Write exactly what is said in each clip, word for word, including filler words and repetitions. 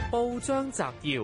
報章摘要：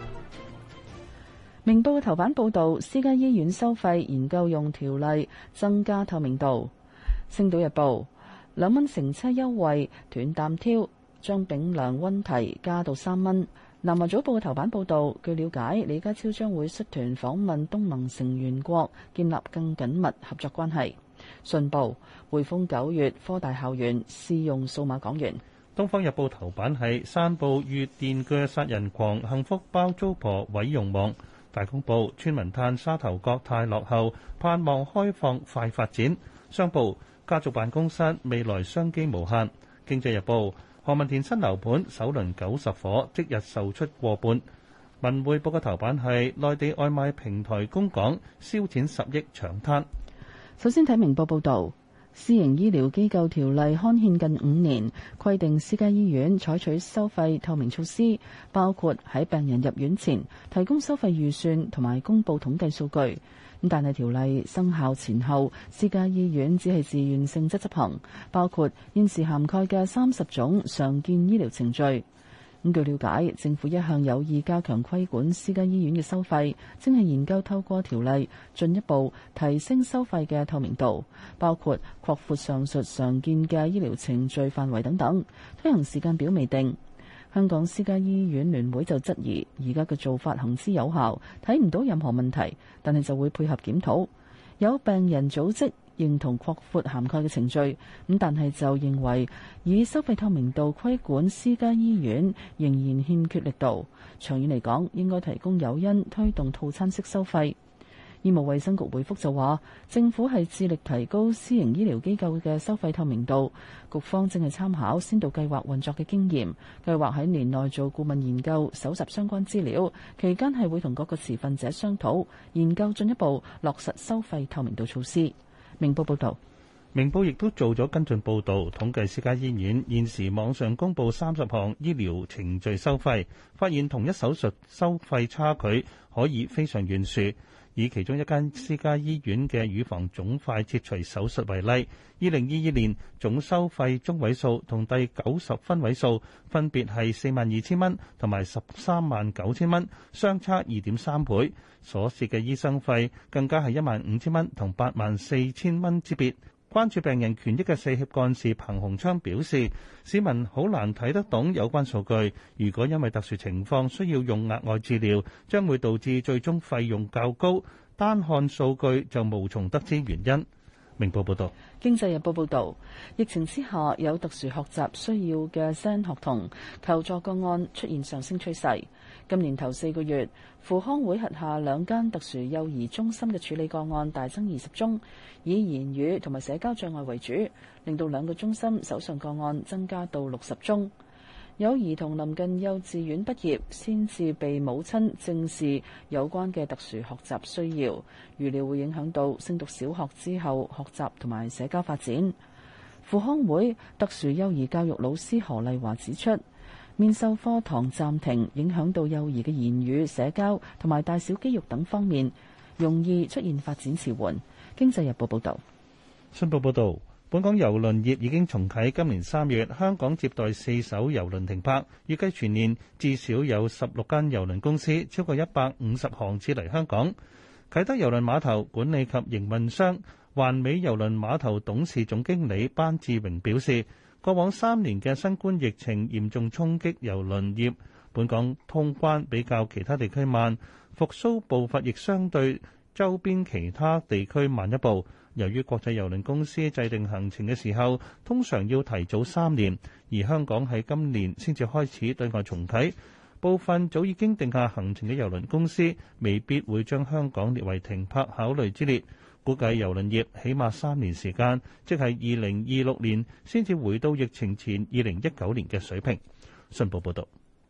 明報嘅頭版報導，私家醫院收費研究用條例增加透明度。星島日報，兩蚊乘車優惠斷擔挑，將丙涼溫提加到三蚊。南華早報嘅頭版報導，據了解，李家超將會率團訪問東盟成員國，建立更緊密合作關係。信報，匯豐九月科大校園試用數碼港元。 東方日報頭版係散步遇電鋸殺人狂，幸福包租婆毀容網。大公報，村民嘆沙頭角太落後，盼望開放快發展。商報，家族辦公室未來商機無限。經濟日報，何文田新樓盤首輪九十伙，即日售出過半。文匯報嘅頭版係內地外賣平台供港，燒錢十億搶灘。 首先睇明報報導。私營醫療機構條例刊憲近五年，規定私家醫院採取收費透明措施，包括喺病人入院前提供收費預算同埋公佈統計數據。咁但係條例生效前後，私家醫院只係自願性質執行，包括現時涵蓋嘅三十種常見醫療程序。咁據了解，政府一向有意加強規管私家醫院嘅收費，正係研究透過條例進一步提升收費嘅透明度，包括擴闊上述常見嘅醫療程序範圍等等。推行時間表未定。香港私家醫院聯會就質疑而家嘅做法行之有效，睇唔到任何問題，但係就會配合檢討。有病人組織認同擴闊涵蓋嘅程序，咁但係就認為以收費透明度規管私家醫院仍然欠缺力度。長遠嚟講，應該提供誘因推動套餐式收費。醫務衛生局回覆就話，政府係致力提高私營醫療機構嘅收費透明度，局方正係參考先導計劃運作嘅經驗，計劃喺年內做顧問研究，搜集相關資料，期間係會同各個持份者商討，研究進一步落實收費透明度措施。明報報道。 明報亦都做咗跟進報導，統計私家醫院現時網上公佈三十項醫療程序收費，發現同一手術收費差距可以非常懸殊。以其中一間私家醫院嘅乳房腫塊切除手術為例，二零二二年總收費中位數同第九十分位數分別係四萬二千蚊同埋十三萬九千蚊，相差二點三倍。所涉嘅醫生費更加係一萬五千蚊同八萬四千蚊之別。關注病人權益嘅四協幹事彭鴻昌表示，市民好難睇得懂有關數據，如果因為特殊情況需要用額外治療，將會導致最終費用較高，單看數據就無從得知原因。明報報道。 經濟日報報導，疫情之下有特殊學習需要嘅 S E N 學童求助個案出現上升趨勢。今年頭四個月，扶康會轄下兩間特殊幼兒中心嘅處理個案大增二十宗，以言語同埋社交障礙為主，令到兩個中心手上個案增加到六十宗。有兒童臨近幼稚園畢業先至被母親正視有關嘅特殊學習需要，預料會影響到升讀小學之後學習同埋社交發展。扶康會特殊幼兒教育老師何麗華指出，面授課堂暫停，影響到幼兒嘅言語、社交同埋大小肌肉等方面，容易出現發展遲緩。經濟日報報導。 信報報導。本港郵輪業已經重啟，今年三月香港接待四艘郵輪停泊，預計全年至少有十六間郵輪公司，超過一百五十航次嚟香港。啟德郵輪碼頭管理及營運商環美郵輪碼頭董事總經理班志榮表示，過往三年嘅新冠疫情嚴重衝擊郵輪業，本港通關比較其他地區慢，復甦步伐亦相對周邊其他地區慢一步。由於國際郵輪公司制定行程嘅時候，通常要提早三年，而香港喺今年先至開始對外重啟，部分早已經定下行程嘅郵輪公司未必會將香港列為停泊考慮之列。估計郵輪業起碼三年時間，即係二零二六年先至回到疫情前二零一九年嘅水平。信報報導。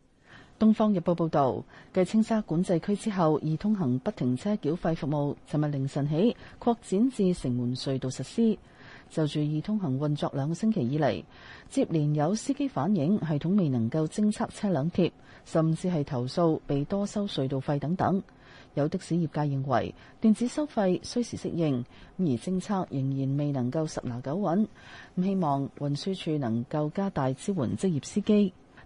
《東方日報》報導，繼青沙管制區之後，易通行不停車繳費服務，尋日凌晨起擴展至城門隧道實施。就住易通行運作兩個星期以嚟，接連有司機反映系統未能夠偵測車輛貼，甚至係投訴被多收隧道費等等。有的士業界認為電子收費需時適應，而偵測仍然未能夠十拿九穩。咁希望運輸署能夠加大支援職業司機。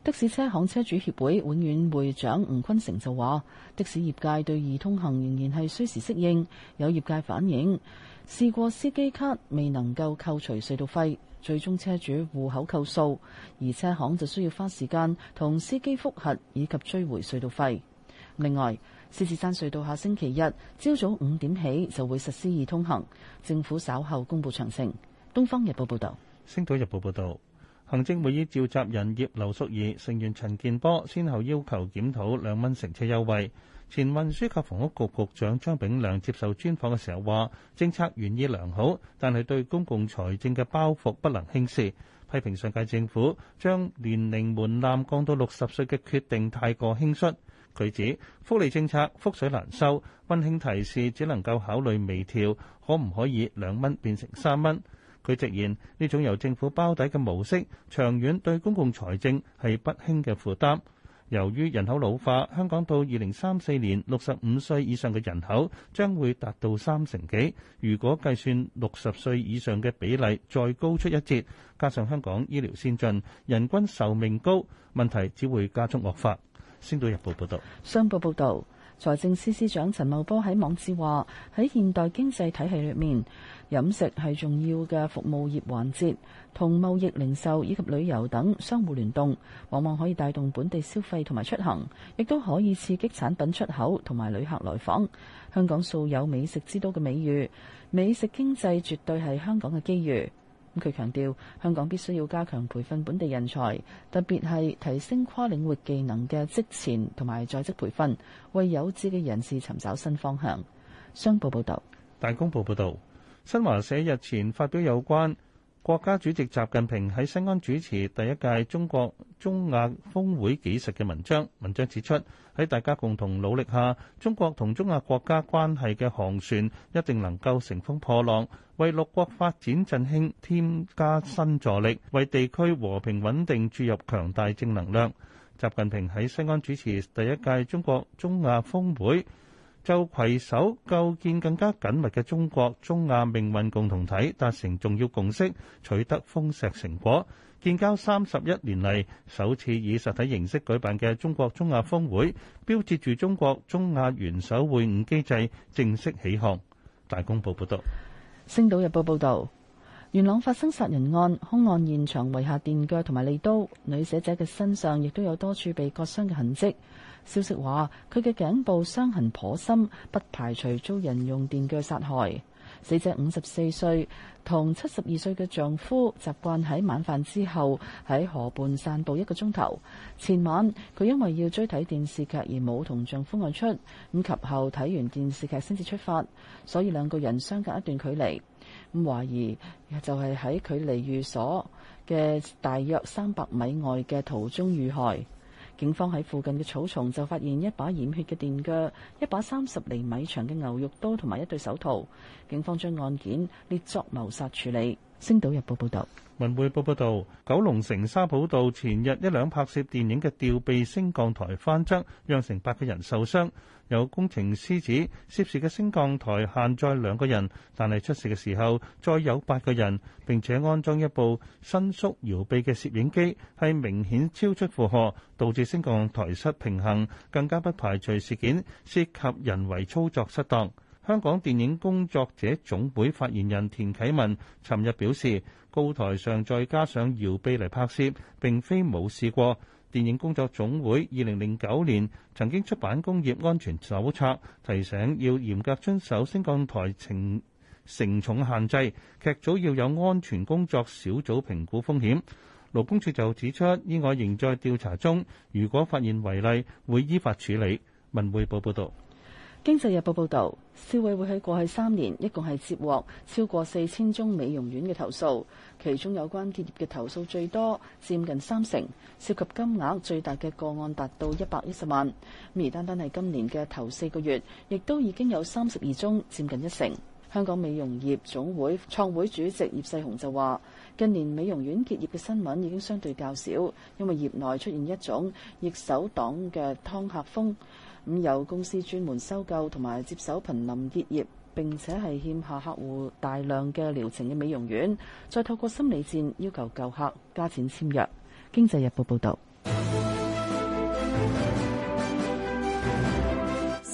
的士車行車主協會永遠會長吳坤成就話，的士業界對易通行仍然係需時適應，有業界反映試過司機卡未能夠扣除隧道費，最終車主戶口扣數，而車行就需要花時間同司機覆核以及追回隧道費。另外，獅子山隧道下星期日朝早五點起就會實施易通行，政府稍後公布詳情。東方日報報道。 星島日報報道，行政會議召集人葉劉淑儀、成員陳健波先後要求檢討兩蚊乘車優惠。前運輸及房屋局局長張炳良接受專訪嘅時候話，政策原意良好，但係對公共財政嘅包袱不能輕視，批評上屆政府將年齡門檻降到六十歲嘅決定太過輕率。佢指福利政策覆水難收，溫馨提示只能夠考慮微調，可唔可以兩蚊變成三蚊？佢直言呢種由政府包底嘅模式，長遠對公共財政係不輕嘅負擔。由於人口老化，香港到二零三四年六十五歲以上嘅人口將會達到三成幾。如果計算六十歲以上嘅比例再高出一截，加上香港醫療先進，人均壽命高，問題只會加速惡化。星島日報報道。 商報報導。財政司司長陳茂波喺網誌話：喺現代經濟體系裏面，飲食係重要嘅服務業環節，同貿易、零售以及旅遊等相互聯動，往往可以帶動本地消費同埋出行，亦都可以刺激產品出口同埋旅客來訪。香港素有美食之都嘅美譽，美食經濟絕對係香港嘅機遇。佢強調，香港必須要加強培訓本地人才，特別係提升跨領域技能嘅職前同埋在職培訓，為有志嘅人士尋找新方向。商報報導。 大公報報導，新華社日前發表有關國家主席習近平喺西安主持第一屆中國中亞峰會紀實嘅文章。文章指出，喺大家共同努力下，中國同中亞國家關係嘅航船一定能夠乘風破浪，為六國發展振興添加新助力，為地區和平穩定注入強大正能量。習近平喺西安主持第一屆中國中亞峰會，就攜手構建更加緊密嘅中國中亞命運共同體達成重要共識，取得豐碩成果。建交三十一年嚟首次以實體形式舉辦嘅中國中亞峰會，標誌住中國中亞元首會晤機制正式起航。大公報報道。 星島日報報道，元朗發生殺人案，兇案現場遺下電鋸同埋利刀，女死者嘅身上亦都有多處被割傷嘅痕跡。消息話佢嘅頸部傷痕頗深，不排除遭人用電鋸殺害。死者五十四歲，同七十二歲嘅丈夫習慣喺晚飯之後喺河畔散步一個鐘頭。前晚佢因為要追睇電視劇而冇同丈夫外出，咁及後睇完電視劇先至出發，所以兩個人相隔一段距離。咁懷疑就係喺距離寓所嘅大約三百米外嘅途中遇害。警方喺附近嘅草叢就發現一把染血嘅電鋸、一把三十厘米長嘅牛肉刀同埋一對手套。警方將案件列作謀殺處理。星島日報報道。 文匯報報道，九龍城沙浦道前日一輛拍攝電影嘅吊臂升降台翻側，釀成八個人受傷。有工程師指涉事嘅升降台限載兩個人，但係出事嘅時候再有八個人，並且安裝一部伸縮搖臂嘅攝影機，係明顯超出負荷，導致升降台失平衡，更加不排除事件涉及人為操作失當。香港電影工作者總會發言人田啟文尋日表示，高台上再加上搖臂嚟拍攝，並非冇試過。電影工作總會二零零九年曾經出版工業安全手冊，提醒要嚴格遵守升降台承承重限制，劇組要有安全工作小組評估風險。勞工處就指出，意外仍在調查中，如果發現違例，會依法處理。文匯報報道。 經濟日報報導，消委會喺過去三年一共係接獲超過四千宗美容院嘅投訴，其中有關結業嘅投訴最多，佔近三成，涉及金額最大嘅個案達到一百一十萬。而單單係今年嘅頭四個月，亦都已經有三十二宗，佔近一成。香港美容業總會創會主席葉世雄就話：近年美容院結業嘅新聞已經相對較少，因為業內出現一種易手黨嘅劏客風。咁有公司專門收購同埋接手瀕臨結業並且係欠下客戶大量嘅療程嘅美容院，再透過心理戰要求舊客加錢簽約。經濟日報報導。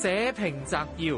社評摘要。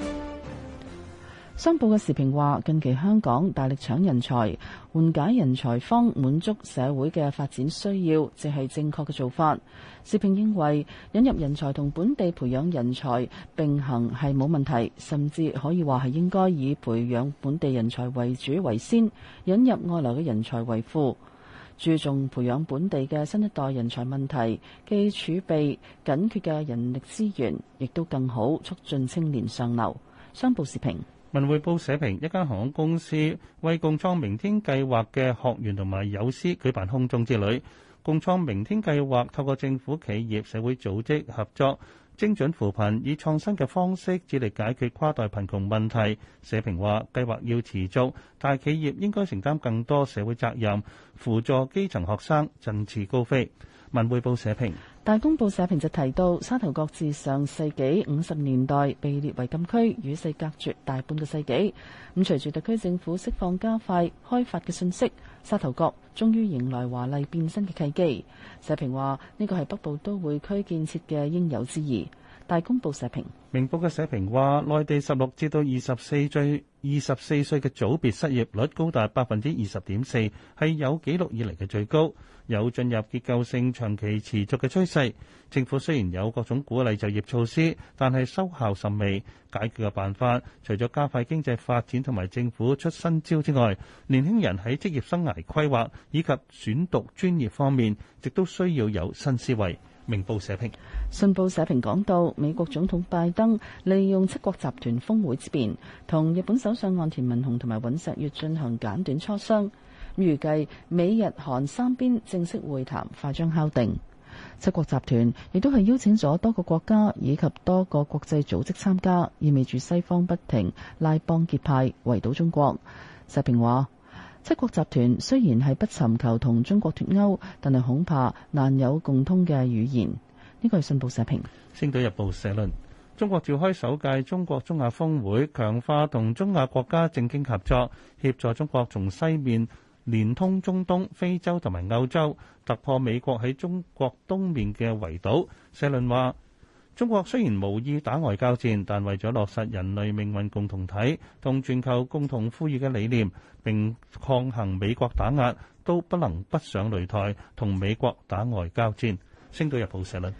商報嘅時評話，近期香港大力搶人才，緩解人才荒，滿足社會嘅發展需要，即係正確嘅做法。時評認為，引入人才同本地培養人才並行係冇問題，甚至可以話係應該以培養本地人才為主為先，引入外來嘅人才為輔。注重培養本地嘅新一代人才問題，既儲備緊缺嘅人力資源，亦都更好促進青年上流。商報時評。 文匯報社評：一間航空公司為共創明天計劃嘅學員同埋友師舉辦空中之旅。共創明天計劃透過政府、企業、社會組織合作，精準扶貧，以創新嘅方式致力解決跨代貧窮問題。社評話：計劃要持續，大企業應該承擔更多社會責任，輔助基層學生振翅高飛。文匯報社評。 大公報社評就提到，沙頭角自上世紀五十年代被列為禁區，與世隔絕大半個世紀。咁隨住特區政府釋放加快開發嘅信息，沙頭角終於迎來華麗變身嘅契機。社評話呢個係北部都會區建設嘅應有之義。大公報社評。 明報嘅社評話，內地十六至到二十四歲二十四歲嘅組別失業率高達百分之二十點四，係有紀錄以嚟嘅最高，有進入結構性長期持續嘅趨勢。政府雖然有各種鼓勵就業措施，但係收效甚微。解決嘅辦法，除咗加快經濟發展同埋政府出新招之外，年輕人喺職業生涯規劃以及選讀專業方面，亦都需要有新思維。明報社評。 信報社評講到，美國總統拜登利用七國集團峰會之便，同日本首相岸田文雄同埋尹錫悅進行簡短磋商，預計美日韓三邊正式會談快將敲定。七國集團亦都係邀請咗多個國家以及多個國際組織參加，意味住西方不停拉幫結派圍堵中國。社評話，七國集團雖然係不尋求同中國脫鈎，但係恐怕難有共通嘅語言。呢個係信報社評。 星島日報社論：中國召開首屆中國中亞峰會，強化同中亞國家政經合作，協助中國從西面連通中東、非洲同埋歐洲，突破美國喺中國東面嘅圍堵。社論話，中國雖然無意打外交戰，但為咗落實人類命運共同體同全球共同富裕嘅理念，並抗衡美國打壓，都不能不上擂台同美國打外交戰。星島日報社論。